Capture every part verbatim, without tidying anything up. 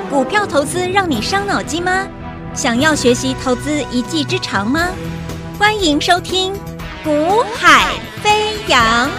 股票投资让你伤脑筋吗？想要学习投资一技之长吗？欢迎收听《股海飞扬》。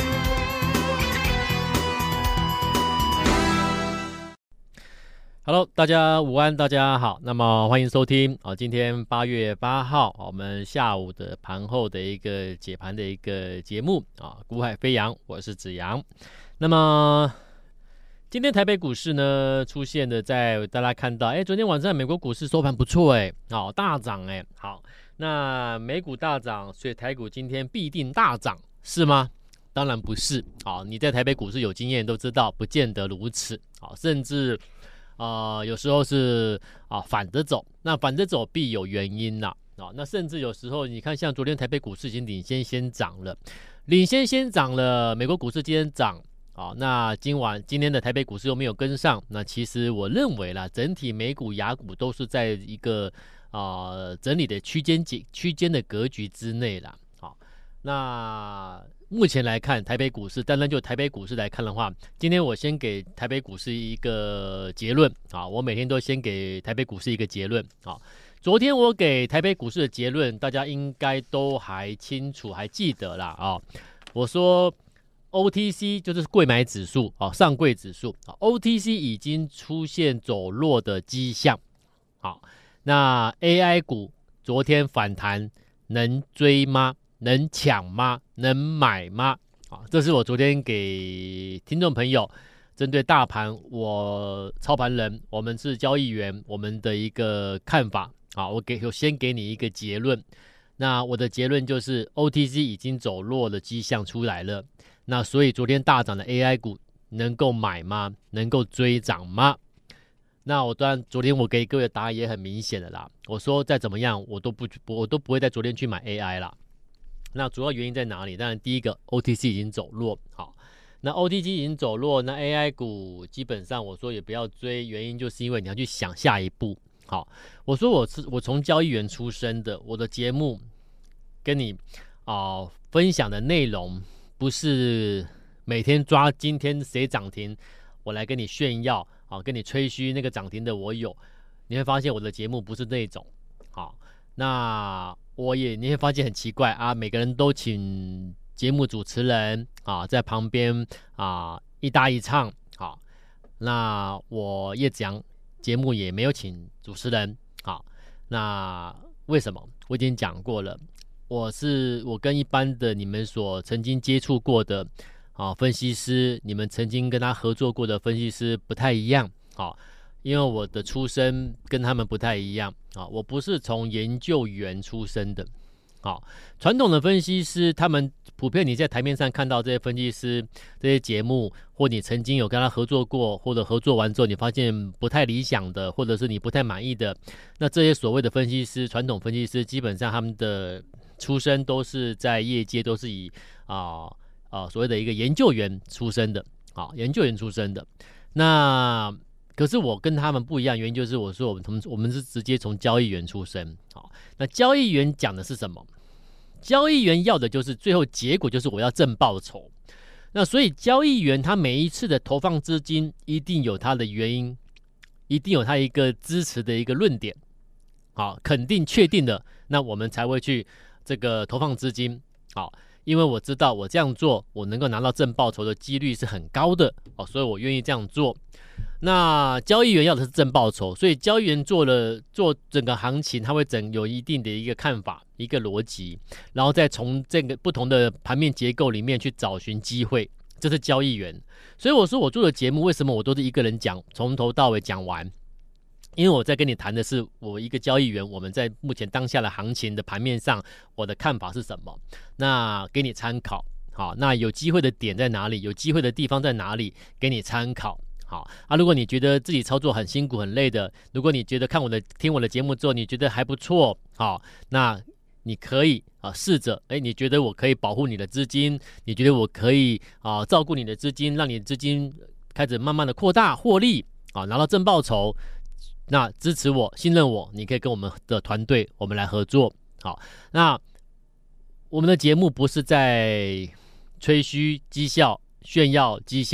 Hello， 大家午安，大家好。那么欢迎收听啊，今天八月八号，我们下午的盘后的一个解盘的一个节目啊，股海飞扬，我是子阳。那么今天台北股市呢，出现的在大家看到，哎，昨天晚上美国股市收盘不错，哎，好大涨，哎，好，那美股大涨，所以台股今天必定大涨，是吗？当然不是，好，你在台北股市有经验都知道，不见得如此，好，甚至。呃，有时候是啊反着走，那反着走必有原因啦啊。那甚至有时候你看，像昨天台北股市已经领先先涨了，领先先涨了，美国股市今天涨啊。那今晚今天的台北股市又没有跟上，那其实我认为啦，整体美股、亚股都是在一个啊、呃、整理的区间区间的格局之内啦。好，那。目前来看，台北股市，单单就台北股市来看的话，今天我先给台北股市一个结论啊，我每天都先给台北股市一个结论啊。昨天我给台北股市的结论，大家应该都还清楚，还记得啦啊。我说 O T C 就是柜买指数啊，上柜指数啊 ，O T C 已经出现走弱的迹象。好，那 A I 股昨天反弹能追吗？能抢吗？能买吗？啊，这是我昨天给听众朋友针对大盘，我操盘人，我们是交易员，我们的一个看法啊。我给我先给你一个结论，那我的结论就是 O T C 已经走弱的迹象出来了，那所以昨天大涨的 A I 股能够买吗？能够追涨吗？那我当然昨天我给各位的答案也很明显的啦，我说再怎么样我都不我都不会在昨天去买 A I 啦。那主要原因在哪里？当然，第一个 O T C 已经走弱，好，那 O T C 已经走弱，那 A I 股基本上我说也不要追，原因就是因为你要去想下一步。好，我说我是我从交易员出身的，我的节目跟你啊、呃、分享的内容不是每天抓今天谁涨停，我来跟你炫耀啊，跟你吹嘘那个涨停的我有，你会发现我的节目不是那种，好，那。我也你会发现很奇怪啊，每个人都请节目主持人啊在旁边啊一搭一唱，好，那我叶子阳节目也没有请主持人，好，那为什么？我已经讲过了，我是我跟一般的你们所曾经接触过的啊分析师，你们曾经跟他合作过的分析师不太一样，好。因为我的出身跟他们不太一样啊，我不是从研究员出身的，好，传统的分析师，他们普遍你在台面上看到这些分析师这些节目，或你曾经有跟他合作过，或者合作完之后你发现不太理想的，或者是你不太满意的，那这些所谓的分析师，传统分析师，基本上他们的出身都是在业界都是以啊啊所谓的一个研究员出身的，好，研究员出身的，那。可是我跟他们不一样，原因就是我说我们我们是直接从交易员出身，好，那交易员讲的是什么？交易员要的就是最后结果就是我要挣报酬，那所以交易员他每一次的投放资金一定有他的原因，一定有他一个支持的一个论点，好，肯定确定的，那我们才会去这个投放资金，好。因为我知道我这样做，我能够拿到正报酬的几率是很高的哦，所以我愿意这样做。那交易员要的是正报酬，所以交易员做了做整个行情，他会整有一定的一个看法、一个逻辑，然后再从这个不同的盘面结构里面去找寻机会，这是交易员。所以我说我做的节目，为什么我都是一个人讲，从头到尾讲完？因为我在跟你谈的是我一个交易员，我们在目前当下的行情的盘面上，我的看法是什么？那给你参考，好，那有机会的点在哪里？有机会的地方在哪里？给你参考，好啊。如果你觉得自己操作很辛苦很累的，如果你觉得看我的听我的节目之后，你觉得还不错，好，那你可以啊试着，哎，你觉得我可以保护你的资金？你觉得我可以啊照顾你的资金，让你的资金开始慢慢的扩大获利啊，拿到正报酬？那支持我、信任我，你可以跟我们的团队我们来合作。好，那我们的节目不是在吹嘘绩效、炫耀绩效，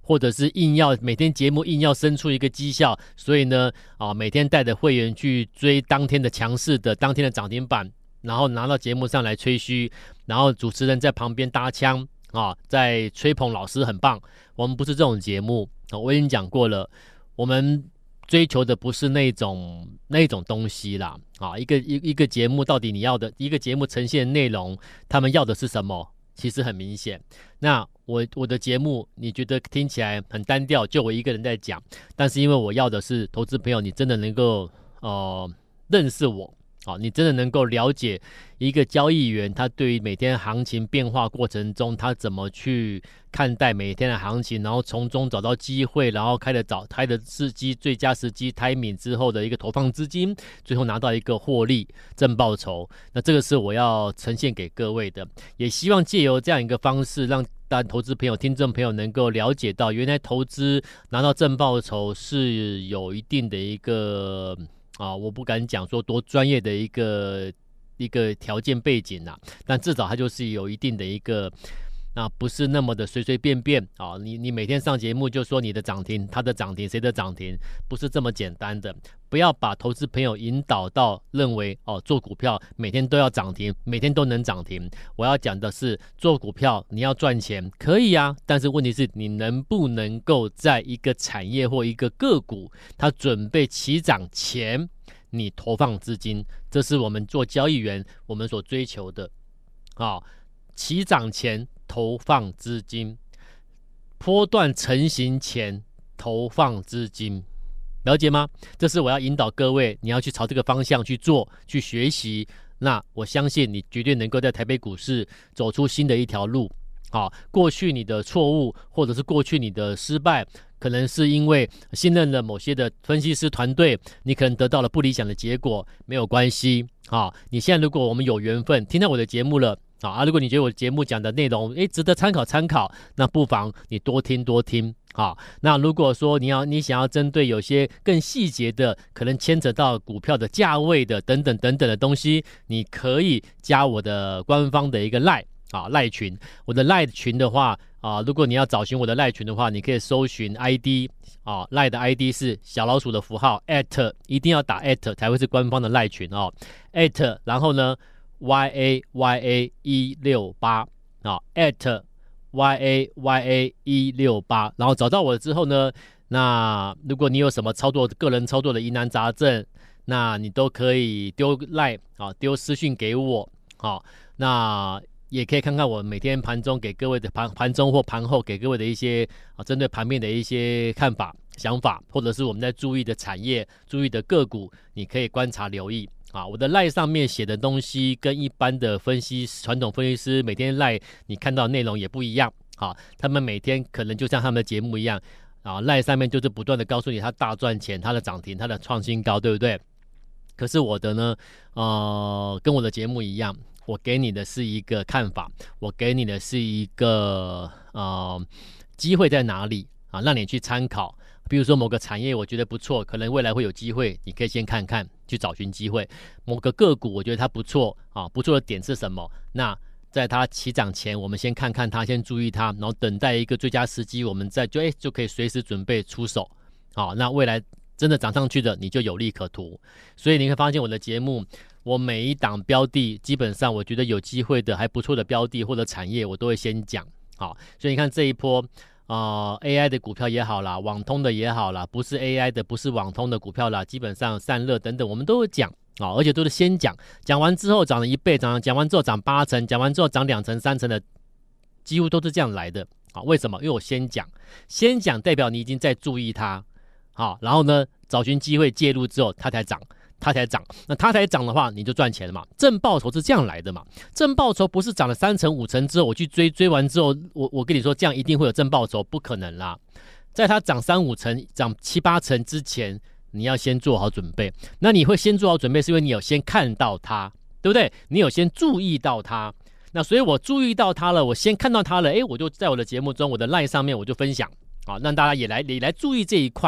或者是硬要每天节目硬要生出一个绩效，所以呢，啊，每天带着会员去追当天的强势的、当天的涨停板，然后拿到节目上来吹嘘，然后主持人在旁边搭腔啊，在吹捧老师很棒。我们不是这种节目，啊，我已经讲过了，我们追求的不是那种那种东西啦，啊，一个一一个节目到底你要的一个节目呈现内容，他们要的是什么？其实很明显。那我我的节目你觉得听起来很单调，就我一个人在讲，但是因为我要的是投资朋友，你真的能够呃认识我。好，你真的能够了解一个交易员他对于每天行情变化过程中，他怎么去看待每天的行情，然后从中找到机会，然后开的找开的时机最佳时机 timing 之后的一个投放资金，最后拿到一个获利正报酬。那这个是我要呈现给各位的，也希望借由这样一个方式，让让投资朋友、听众朋友能够了解到，原来投资拿到正报酬是有一定的一个。啊，我不敢讲说多专业的一个一个条件背景啦，但至少它就是有一定的一个，啊，不是那么的随随便便啊。你你每天上节目就说你的涨停，他的涨停，谁的涨停，不是这么简单的。不要把投资朋友引导到认为哦，做股票每天都要涨停，每天都能涨停。我要讲的是，做股票你要赚钱可以啊，但是问题是你能不能够在一个产业或一个个股它准备起涨前，你投放资金，这是我们做交易员我们所追求的。好，起涨前投放资金，波段成型前投放资金。了解吗？这是我要引导各位，你要去朝这个方向去做，去学习。那我相信你绝对能够在台北股市走出新的一条路。好，过去你的错误，或者是过去你的失败，可能是因为信任了某些的分析师团队，你可能得到了不理想的结果，没有关系。好，你现在如果我们有缘分听到我的节目了。啊，如果你觉得我节目讲的内容，诶，值得参考参考，那不妨你多听多听。好，那如果说你要你想要针对有些更细节的，可能牵扯到股票的价位的等等等等的东西，你可以加我的官方的一个 LINE 啊 LINE 群。我的 LINE 群的话啊，如果你要找寻我的 LINE 群的话，你可以搜寻 I D 啊 LINE 的 I D 是小老鼠的符号 at， 一定要打 at 才会是官方的 LINE 群哦 at， 然后呢Y A Y A 一六八啊 at Y A Y A 一六八，然后找到我之后呢，那如果你有什么操作个人操作的疑难杂症，那你都可以丢 LINE 啊丢私讯给我。好，那也可以看看我每天盘中给各位的盘盘中或盘后给各位的一些啊针对盘面的一些看法想法，或者是我们在注意的产业注意的个股，你可以观察留意。啊，我的 LINE 上面写的东西跟一般的分析传统分析师每天 LINE 你看到的内容也不一样。好，他们每天可能就像他们的节目一样啊 ，LINE 上面就是不断的告诉你他大赚钱、他的涨停、他的创新高，对不对？可是我的呢，呃，跟我的节目一样，我给你的是一个看法，我给你的是一个呃机会在哪里啊，让你去参考。比如说某个产业我觉得不错，可能未来会有机会，你可以先看看，去找寻机会。某个个股我觉得它不错啊，不错的点是什么？那在它起涨前，我们先看看它，先注意它，然后等待一个最佳时机，我们再就哎就可以随时准备出手。好，那未来真的涨上去的，你就有利可图。所以你会发现我的节目，我每一档标的，基本上我觉得有机会的还不错的标的或者产业，我都会先讲。好，所以你看这一波。呃 A I 的股票也好啦，网通的也好啦，不是 A I 的不是网通的股票啦，基本上散热等等我们都会讲啊、哦，而且都是先讲，讲完之后涨了一倍，涨讲完之后涨八成，讲完之后涨两成三成的，几乎都是这样来的啊、哦。为什么？因为我先讲，先讲代表你已经在注意它，好、哦，然后呢找寻机会介入之后它才涨。它才涨，那它才涨的话，你就赚钱了嘛。正报酬是这样来的嘛。正报酬不是涨了三成五成之后，我去追，追完之后，我我跟你说，这样一定会有正报酬，不可能啦。在它涨三五成、涨七八成之前，你要先做好准备。那你会先做好准备，是因为你有先看到它，对不对？你有先注意到它。那所以我注意到它了，我先看到它了，诶，我就在我的节目中，我的 LINE 上面我就分享，好，让大家也来也来注意这一块。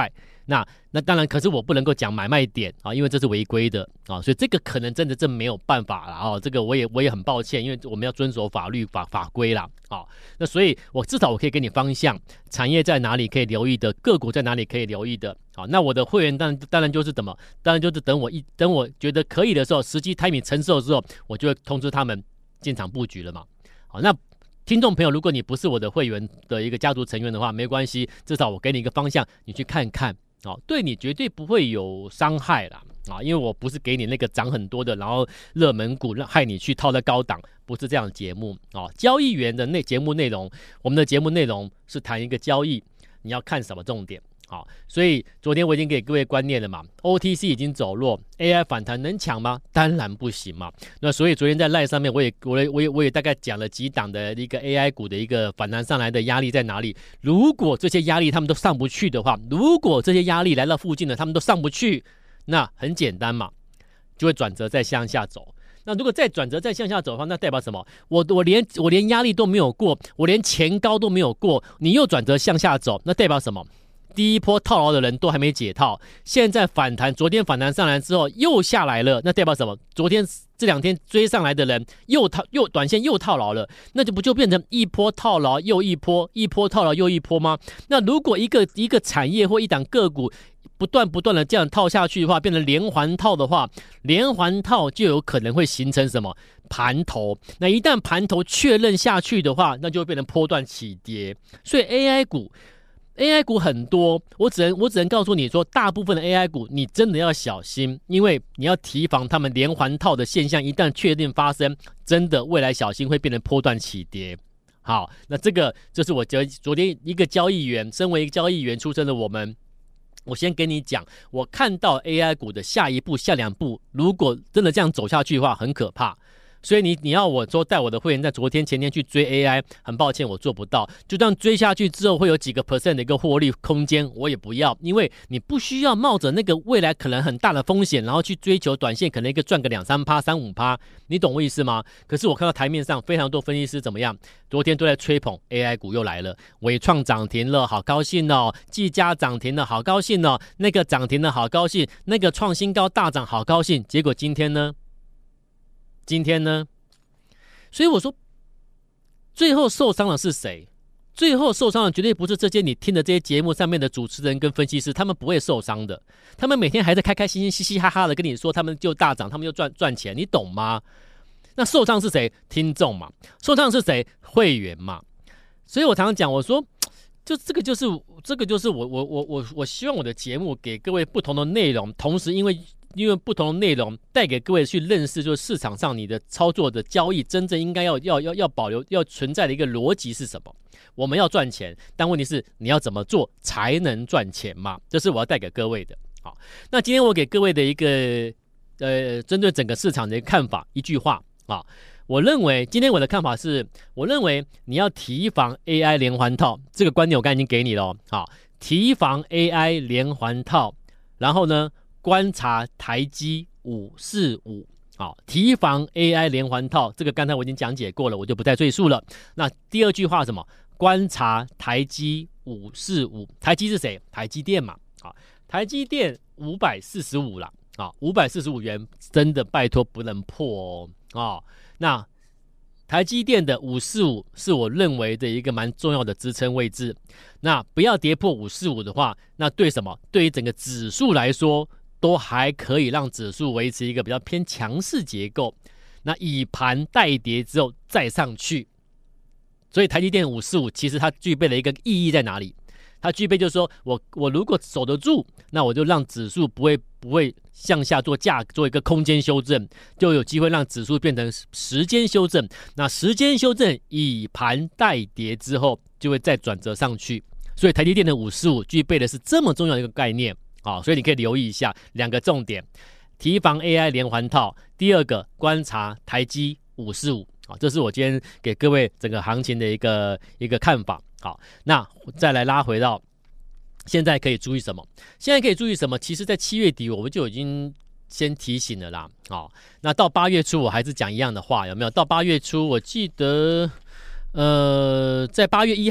那那当然，可是我不能够讲买卖点啊，因为这是违规的啊，所以这个可能真的真没有办法了啊。这个我也我也很抱歉，因为我们要遵守法律法法规啦啊。那所以我至少我可以给你方向，产业在哪里可以留意的，个股在哪里可以留意的。好，那我的会员当然当然就是怎么，当然就是等我一等我觉得可以的时候，时机 timing 成熟的时候，我就会通知他们进场布局了嘛。好，那听众朋友，如果你不是我的会员的一个家族成员的话，没关系，至少我给你一个方向，你去看看。哦，对你绝对不会有伤害啦啊，因为我不是给你那个涨很多的，然后热门股让害你去套在高档，不是这样的节目哦。交易员的内节目内容，我们的节目内容是谈一个交易，你要看什么重点。好，所以昨天我已经给各位观念了嘛 ，O T C 已经走弱 ，A I 反弹能抢吗？当然不行嘛。那所以昨天在 LINE 上面，我也我也我也我也大概讲了几档的一个 A I 股的一个反弹上来的压力在哪里。如果这些压力他们都上不去的话，如果这些压力来到附近的他们都上不去，那很简单嘛，就会转折再向下走。那如果再转折再向下走的话，那代表什么？我我连我连压力都没有过，我连前高都没有过，你又转折向下走，那代表什么？第一波套牢的人都还没解套，现在反弹，昨天反弹上来之后又下来了，那代表什么？昨天这两天追上来的人又套又短线又套牢了，那就不就变成一波套牢又一波，一波套牢又一波吗？那如果一个一个产业或一档个股不断不断的这样套下去的话，变成连环套的话，连环套就有可能会形成什么？盘头。那一旦盘头确认下去的话，那就会变成波段起跌。所以 A I 股。A I 股很多，我只能我只能告诉你说，大部分的 A I 股你真的要小心，因为你要提防他们连环套的现象一旦确定发生，真的未来小心会变成波段起跌。好，那这个就是我昨天一个交易员，身为一个交易员出身的我们，我先跟你讲，我看到 A I 股的下一步、下两步，如果真的这样走下去的话，很可怕。所以你你要我说带我的会员在昨天前天去追 A I， 很抱歉我做不到。就这样追下去之后会有几个 percent 的一个获利空间，我也不要，因为你不需要冒着那个未来可能很大的风险，然后去追求短线可能一个赚个两三趴、三五趴，你懂我意思吗？可是我看到台面上非常多分析师怎么样，昨天都在吹捧 A I 股又来了，伟创涨停了，好高兴哦；技嘉涨停了，好高兴哦；那个涨停了，好高兴；那个创新高大涨，好高兴。结果今天呢？今天呢？所以我说，最后受伤的是谁？最后受伤的绝对不是这些你听的这些节目上面的主持人跟分析师，他们不会受伤的。他们每天还在开开心心、嘻嘻哈哈的跟你说，他们就大涨，他们就赚赚钱，你懂吗？那受伤是谁？听众嘛。受伤是谁？会员嘛。所以我常常讲，我说，就这个就是这个就是我我我我我希望我的节目给各位不同的内容，同时因为。因为不同的内容带给各位去认识，就是市场上你的操作的交易真正应该要要要要保留要存在的一个逻辑是什么？我们要赚钱，但问题是你要怎么做才能赚钱嘛？这是我要带给各位的。好，那今天我给各位的一个呃，针对整个市场的一个看法，一句话啊，我认为今天我的看法是，我认为你要提防 A I 连环套，这个观点我刚才已经给你了。好，提防 A I 连环套，然后呢？观察台积五四五，好，提防 A I 连环套，这个刚才我已经讲解过了，我就不再赘述了。那第二句话是什么？观察台积五四五，台积是谁？台积电嘛，好，台积电五百四十五啦，啊，五百四十五元，真的拜托不能破哦，啊，那台积电的五四五是我认为的一个蛮重要的支撑位置，那不要跌破五四五的话，那对什么？对于整个指数来说。都还可以让指数维持一个比较偏强势结构，那以盘带跌之后再上去，所以台积电五四五其实它具备的一个意义在哪里？它具备就是说我我如果守得住，那我就让指数不会不会向下做价做一个空间修正，就有机会让指数变成时间修正。那时间修正以盘带跌之后，就会再转折上去。所以台积电的五四五具备的是这么重要的一个概念。好，所以你可以留意一下两个重点：提防 A I 连环套，第二个观察台积五四五。好，这是我今天给各位整个行情的一个一个看法。好，那再来拉回到现在可以注意什么？现在可以注意什么？其实，在七月底我们就已经先提醒了啦。好，那到八月初我还是讲一样的话，有没有？到八月初，我记得，呃，在八月一号。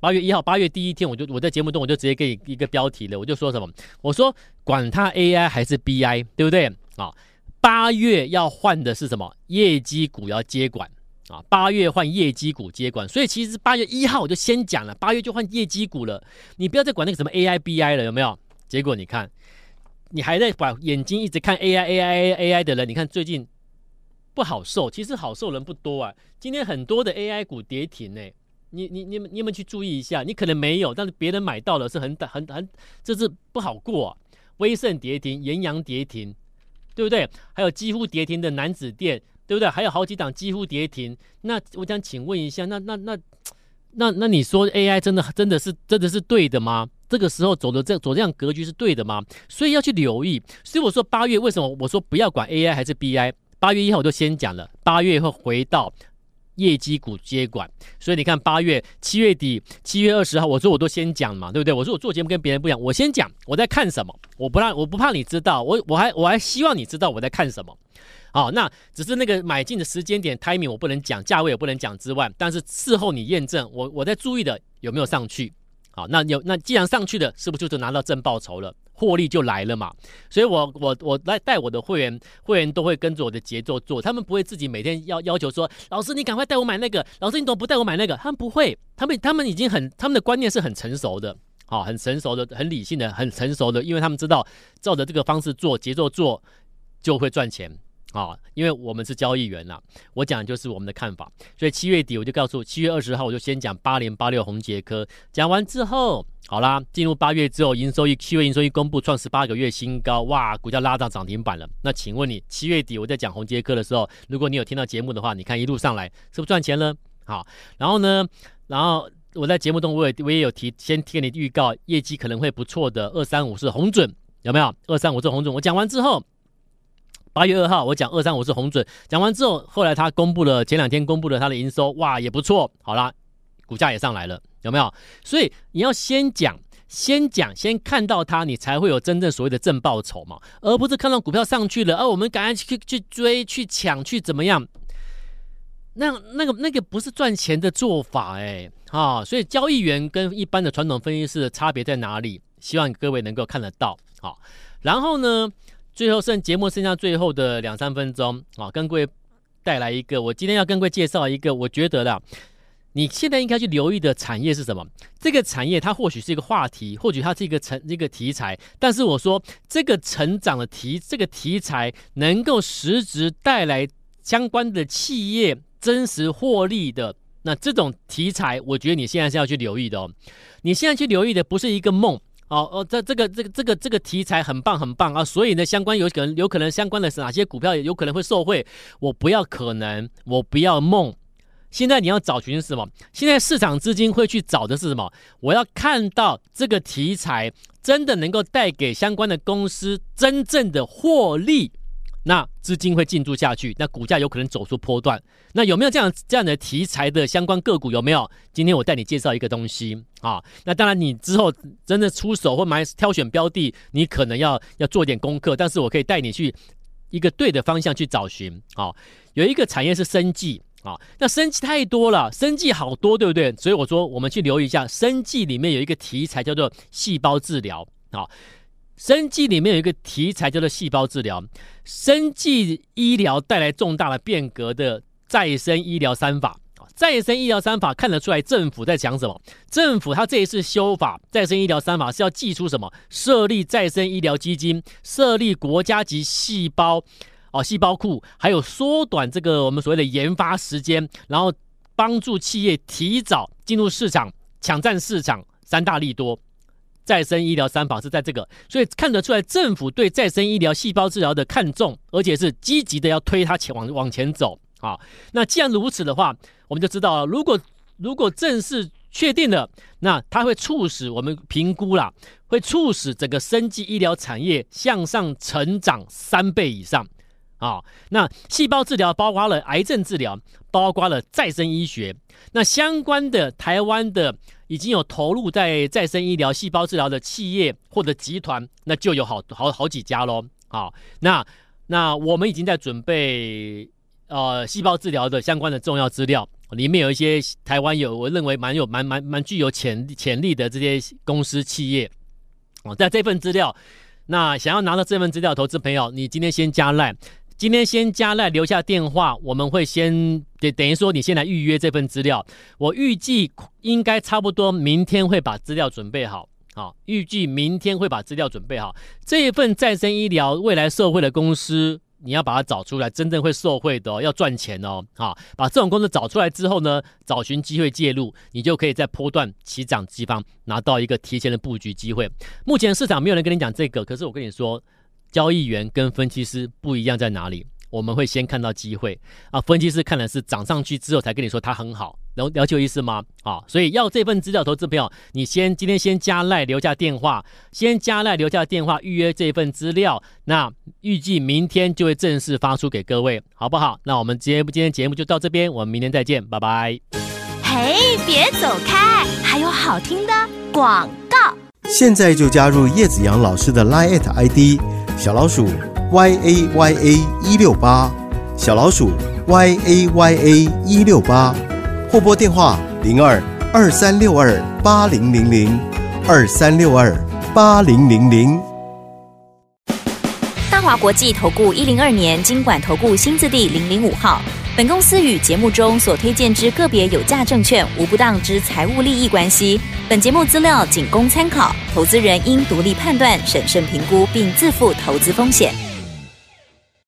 八月一号，八月第一天，我就我在节目中我就直接给你一个标题了，我就说什么？我说管它 A I 还是 B I， 对不对？啊，八月要换的是什么？业绩股要接管啊，八月换业绩股接管，所以其实八月一号我就先讲了，八月就换业绩股了，你不要再管那个什么 A I B I 了，有没有？结果你看，你还在把眼睛一直看 A I A I A I 的人，你看最近不好受，其实好受人不多啊。今天很多的 A I 股跌停呢、欸，你你你你有没有去注意一下？你可能没有，但是别人买到了是很很很，这是不好过、啊。威盛跌停，延阳跌停，对不对？还有几乎跌停的南子电，对不对？还有好几档几乎跌停。那我想请问一下，那那那那那你说 A I 真的真的是真的是对的吗？这个时候走的这走这样格局是对的吗？所以要去留意。所以我说八月为什么我说不要管 A I 还是 B I？ 八月一号我就先讲了，八月会回到业绩股接管，所以你看八月七月底七月二十号，我说我都先讲嘛，对不对？我说我做节目跟别人不一样，我先讲我在看什么，我不让我不怕你知道，我我还我还希望你知道我在看什么。好，那只是那个买进的时间点 timing 我不能讲，价位也不能讲之外，但是事后你验证我我在注意的有没有上去。好，那有那既然上去的，是不是就拿到正报酬了？获利就来了嘛。所以我我我来带我的会员，会员都会跟着我的节奏做，他们不会自己每天要要求说，老师你赶快带我买那个，老师你怎么不带我买那个？他们不会，他们他们已经很他们的观念是很成熟的，好，很成熟的，很理性的，很成熟的，因为他们知道照着这个方式做，节奏做就会赚钱。啊，因为我们是交易员啦，我讲的就是我们的看法，所以七月底我就告诉，七月二十号我就先讲八零八六宏捷科，讲完之后，好啦，进入八月之后，营收一七月营收一公布，创十八个月新高，哇，股价拉到涨停板了。那请问你，七月底我在讲宏捷科的时候，如果你有听到节目的话，你看一路上来是不是赚钱了？好，然后呢，然后我在节目中我也我也有提，先给你预告，业绩可能会不错的二三五是宏准，有没有？二三五是宏准，我讲完之后。八月二号，我讲二三五是宏准，讲完之后，后来他公布了，前两天公布了他的营收，哇，也不错，好啦，股价也上来了，有没有？所以你要先讲，先讲，先看到它，你才会有真正所谓的正报酬嘛，而不是看到股票上去了，而、啊、我们赶快去去追、去抢、去怎么样？那那个那个不是赚钱的做法哎、欸，啊，所以交易员跟一般的传统分析师的差别在哪里？希望各位能够看得到，好，然后呢？最后剩节目剩下最后的两三分钟啊，跟各位带来一个，我今天要跟各位介绍一个，我觉得啦，你现在应该去留意的产业是什么？这个产业它或许是一个话题，或许它是一个成一个题材，但是我说这个成长的题这个题材能够实质带来相关的企业真实获利的，那这种题材，我觉得你现在是要去留意的哦。你现在去留意的不是一个梦。哦哦，这这个这个这个这个题材很棒很棒啊，所以呢，相关有可能有可能相关的是哪些股票有可能会受惠？我不要可能，我不要梦。现在你要找寻是什么？现在市场资金会去找的是什么？我要看到这个题材真的能够带给相关的公司真正的获利。那资金会进驻下去，那股价有可能走出波段。那有没有这样这样的题材的相关个股？有没有？今天我带你介绍一个东西啊。那当然，你之后真的出手或买挑选标的，你可能要要做点功课。但是我可以带你去一个对的方向去找寻啊。有一个产业是生技啊，那生技太多了，生技好多，对不对？所以我说我们去留意一下，生技里面有一个题材叫做细胞治疗啊。生技里面有一个题材叫做细胞治疗，生技医疗带来重大的变革的再生医疗三法，再生医疗三法看得出来政府在讲什么？政府他这一次修法再生医疗三法是要祭出什么？设立再生医疗基金，设立国家级细胞哦细胞库，还有缩短这个我们所谓的研发时间，然后帮助企业提早进入市场，抢占市场，三大利多。再生医疗三法是在这个，所以看得出来政府对再生医疗细胞治疗的看重，而且是积极的要推它前往往前走啊。那既然如此的话，我们就知道了，如果如果正式确定了，那它会促使我们评估啦，会促使整个生技医疗产业向上成长三倍以上啊。那细胞治疗包括了癌症治疗，包括了再生医学，那相关的台湾的已经有投入在再生医疗、细胞治疗的企业或者集团，那就有好好好几家咯。好，那那我们已经在准备呃细胞治疗的相关的重要资料里面有一些台湾有我认为蛮有蛮蛮蛮具有潜潜力的这些公司企业哦，在这份资料，那想要拿到这份资料，投资朋友，你今天先加 LINE， 今天先加 LINE 留下电话，我们会先等于说你先来预约这份资料，我预计应该差不多明天会把资料准备好。好，预计明天会把资料准备好。这一份再生医疗未来受惠的公司，你要把它找出来，真正会受惠的哦，要赚钱哦。好，把这种公司找出来之后呢，找寻机会介入，你就可以在波段起涨之方拿到一个提前的布局机会。目前市场没有人跟你讲这个，可是我跟你说，交易员跟分析师不一样在哪里？我们会先看到机会啊，分析师看的是涨上去之后才跟你说它很好，了了解我意思吗？啊，所以要这份资料，投资朋友，你先今天先加 LINE 留下电话，先加 LINE 留下电话预约这份资料，那预计明天就会正式发出给各位，好不好？那我们今天今天节目就到这边，我们明天再见，拜拜。 嘿，别走开，还有好听的广告。 现在就加入叶子阳老师的 LINE I D 小老鼠 Y A Y A 一六八，小老鼠 Y A Y A 一六八，或拨电话零二二三六二八零零零二三六二八零零零。 大华国际投顾一零二年金管投顾新字第零零五号。本公司与节目中所推荐之个别有价证券无不当之财务利益关系。本节目资料仅供参考，投资人应独立判断、审慎评估，并自负投资风险。